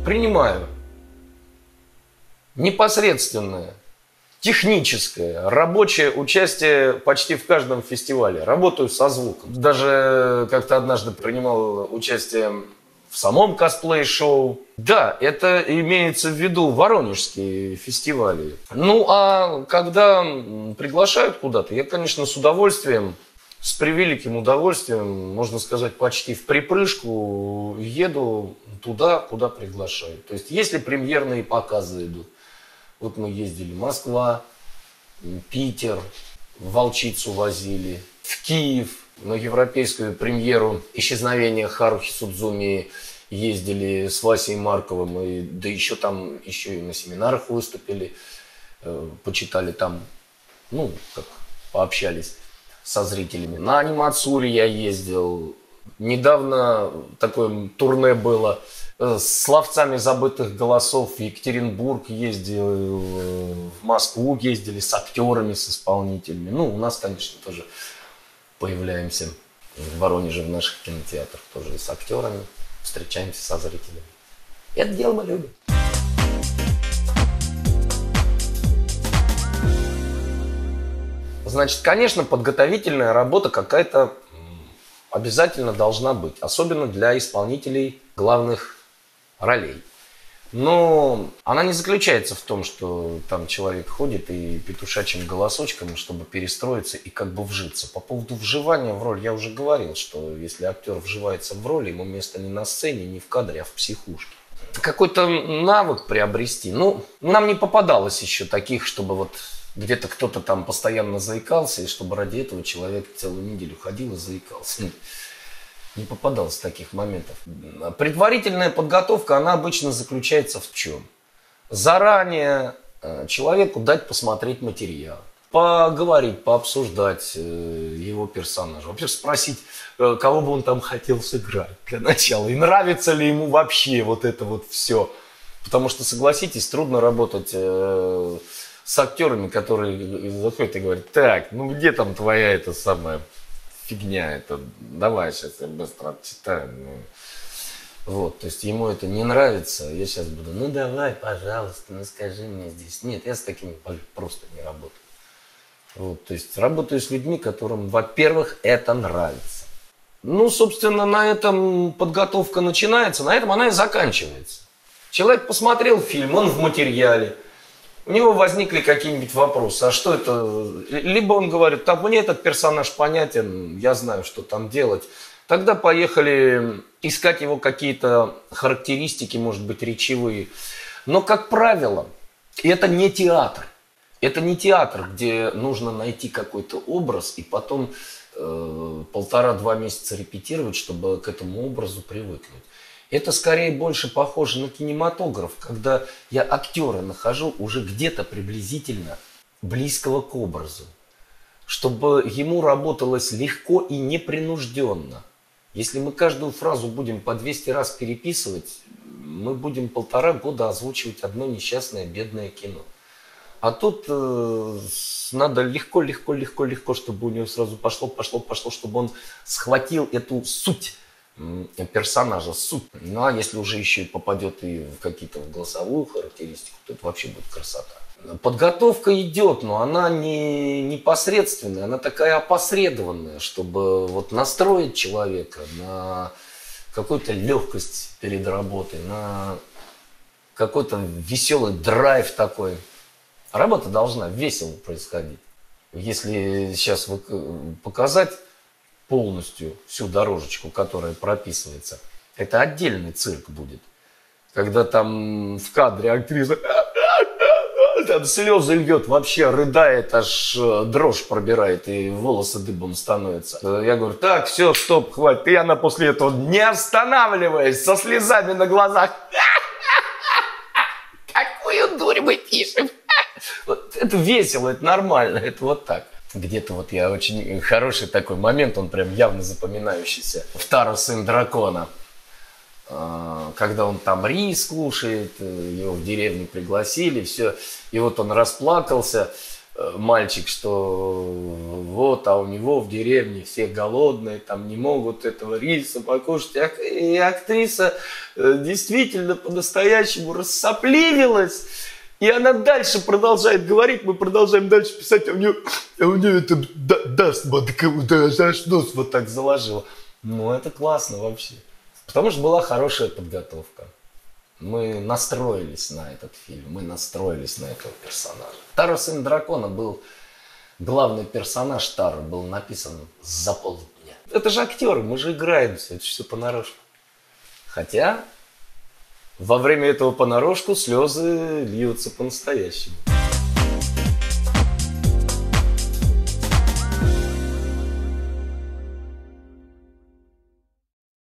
Принимаю непосредственное, техническое, рабочее участие почти в каждом фестивале. Работаю со звуком. Даже как-то однажды принимал участие в самом косплей-шоу. Да, это имеется в виду воронежские фестивали. Ну, а когда приглашают куда-то, я, конечно, с удовольствием, с превеликим удовольствием, можно сказать, почти в припрыжку еду туда, куда приглашают. То есть, если премьерные показы идут. Вот мы ездили в Москва, Питер, в Волчицу возили, в Киев. На европейскую премьеру «Исчезновение Харухи Судзуми» ездили с Васей Марковым. Да еще там еще и на семинарах выступили, почитали там, ну, как пообщались со зрителями. На анимацуре я ездил. Недавно такое турне было с ловцами забытых голосов. В Екатеринбург ездил, в Москву ездили с актерами, с исполнителями. Ну, у нас, конечно, тоже появляемся в Воронеже в наших кинотеатрах. Тоже с актерами встречаемся со зрителями. Это дело мы любим. Значит, конечно, подготовительная работа какая-то обязательно должна быть. Особенно для исполнителей главных ролей. Но она не заключается в том, что там человек ходит и петушачьим голосочком, чтобы перестроиться и как бы вжиться. По поводу вживания в роль я уже говорил, что если актер вживается в роль, ему место не на сцене, не в кадре, а в психушке. Какой-то навык приобрести. Ну, нам не попадалось еще таких, чтобы вот где-то кто-то там постоянно заикался, и чтобы ради этого человек целую неделю ходил и заикался. Не попадалось таких моментов. Предварительная подготовка, она обычно заключается в чем? Заранее человеку дать посмотреть материал, поговорить, пообсуждать его персонажа. Во-первых, спросить, кого бы он там хотел сыграть для начала. И нравится ли ему вообще вот это вот все. Потому что, согласитесь, трудно работать с актерами, которые заходят и говорят: так, ну где там твоя эта самая фигня, это давай сейчас я быстро отчитаю. Ну, вот, то есть ему это не нравится, я сейчас буду: ну давай, пожалуйста, ну скажи мне здесь. Нет, я с такими просто не работаю. Вот, то есть работаю с людьми, которым, во-первых, это нравится. Ну, собственно, на этом подготовка начинается, на этом она и заканчивается. Человек посмотрел фильм, он в материале. У него возникли какие-нибудь вопросы. А что это? Либо он говорит: так, мне этот персонаж понятен, я знаю, что там делать. Тогда поехали искать его какие-то характеристики, может быть, речевые. Но, как правило, это не театр. Это не театр, где нужно найти какой-то образ и потом 1,5-2 месяца репетировать, чтобы к этому образу привыкнуть. Это скорее больше похоже на кинематограф, когда я актера нахожу уже где-то приблизительно близкого к образу, чтобы ему работалось легко и непринужденно. Если мы каждую фразу будем по 200 раз переписывать, мы будем 1,5 года озвучивать одно несчастное бедное кино. А тут надо легко, чтобы у него сразу пошло, чтобы он схватил эту суть персонажа, суть. Ну а если уже еще и попадет и в какие-то голосовую характеристику, то это вообще будет красота. Подготовка идет, но она не непосредственная, она такая опосредованная, чтобы вот настроить человека на какую-то легкость перед работой, на какой-то веселый драйв такой. Работа должна весело происходить. Если сейчас показать полностью всю дорожечку, которая прописывается, это отдельный цирк будет. Когда там в кадре актриса там слезы льет, вообще рыдает, аж дрожь пробирает и волосы дыбом становятся. Я говорю: так, все, стоп, хватит. И она после этого, не останавливаясь, со слезами на глазах: какую дурь мы пишем. Вот это весело, это нормально, это вот так. Где-то вот я очень хороший такой момент, он прям явно запоминающийся. Второй сын дракона. Когда он там рис кушает, его в деревню пригласили, все. И вот он расплакался. мальчик, что вот, а у него в деревне все голодные, там не могут этого риса покушать. И актриса действительно по-настоящему рассопливилась. И она дальше продолжает говорить, мы продолжаем дальше писать, а у нее это даст аж нос вот так заложила. Ну, это классно вообще. Потому что была хорошая подготовка. Мы настроились на этот фильм, мы настроились на этого персонажа. Таро, сын дракона, был главный персонаж Таро, был написан за полдня. Это же актеры, мы же играемся, это все понарошку. Хотя во время этого понарошку слезы льются по-настоящему.